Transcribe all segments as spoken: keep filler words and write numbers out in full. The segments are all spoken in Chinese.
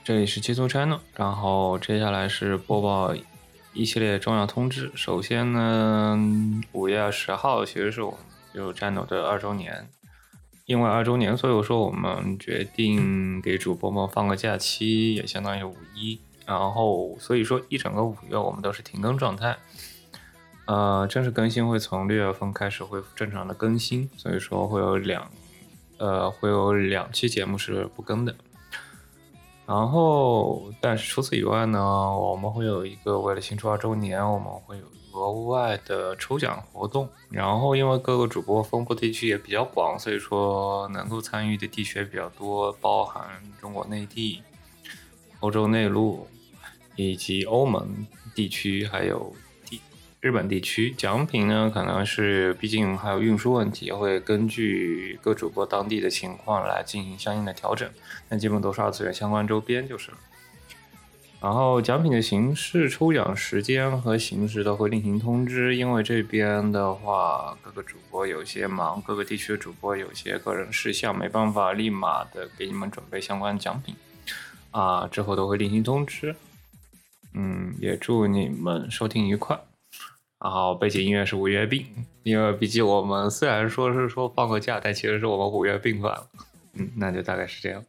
这里是七组 channel， 然后接下来是播报一系列重要通知。首先呢，五月十号其实是我们就 channel 的二周年，因为二周年，所以说我们决定给主播们放个假期，也相当于五一。然后所以说一整个五月我们都是停更状态。呃，正式更新会从六月份开始恢复正常的更新，所以说会有两呃会有两期节目是不更的。然后，但是除此以外呢，我们会有一个为了庆祝二周年，我们会有额外的抽奖活动。然后，因为各个主播分布地区也比较广，所以说能够参与的地区也比较多，包含中国内地、欧洲内陆以及欧盟地区，还有日本地区。奖品呢，可能是毕竟还有运输问题，会根据各主播当地的情况来进行相应的调整，但基本都是二次元相关周边就是了。然后奖品的形式、抽奖时间和形式都会另行通知，因为这边的话各个主播有些忙，各个地区的主播有些个人事项，没办法立马的给你们准备相关奖品啊，之后都会另行通知。嗯，也祝你们收听愉快。然后背景音乐是五月病，因为毕竟我们虽然说是说放个假，但其实是我们五月病犯了。嗯，那就大概是这样。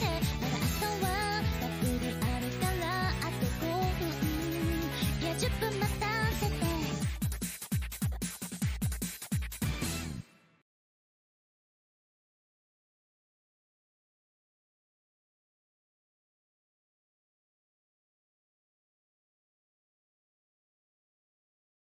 じゅっぷん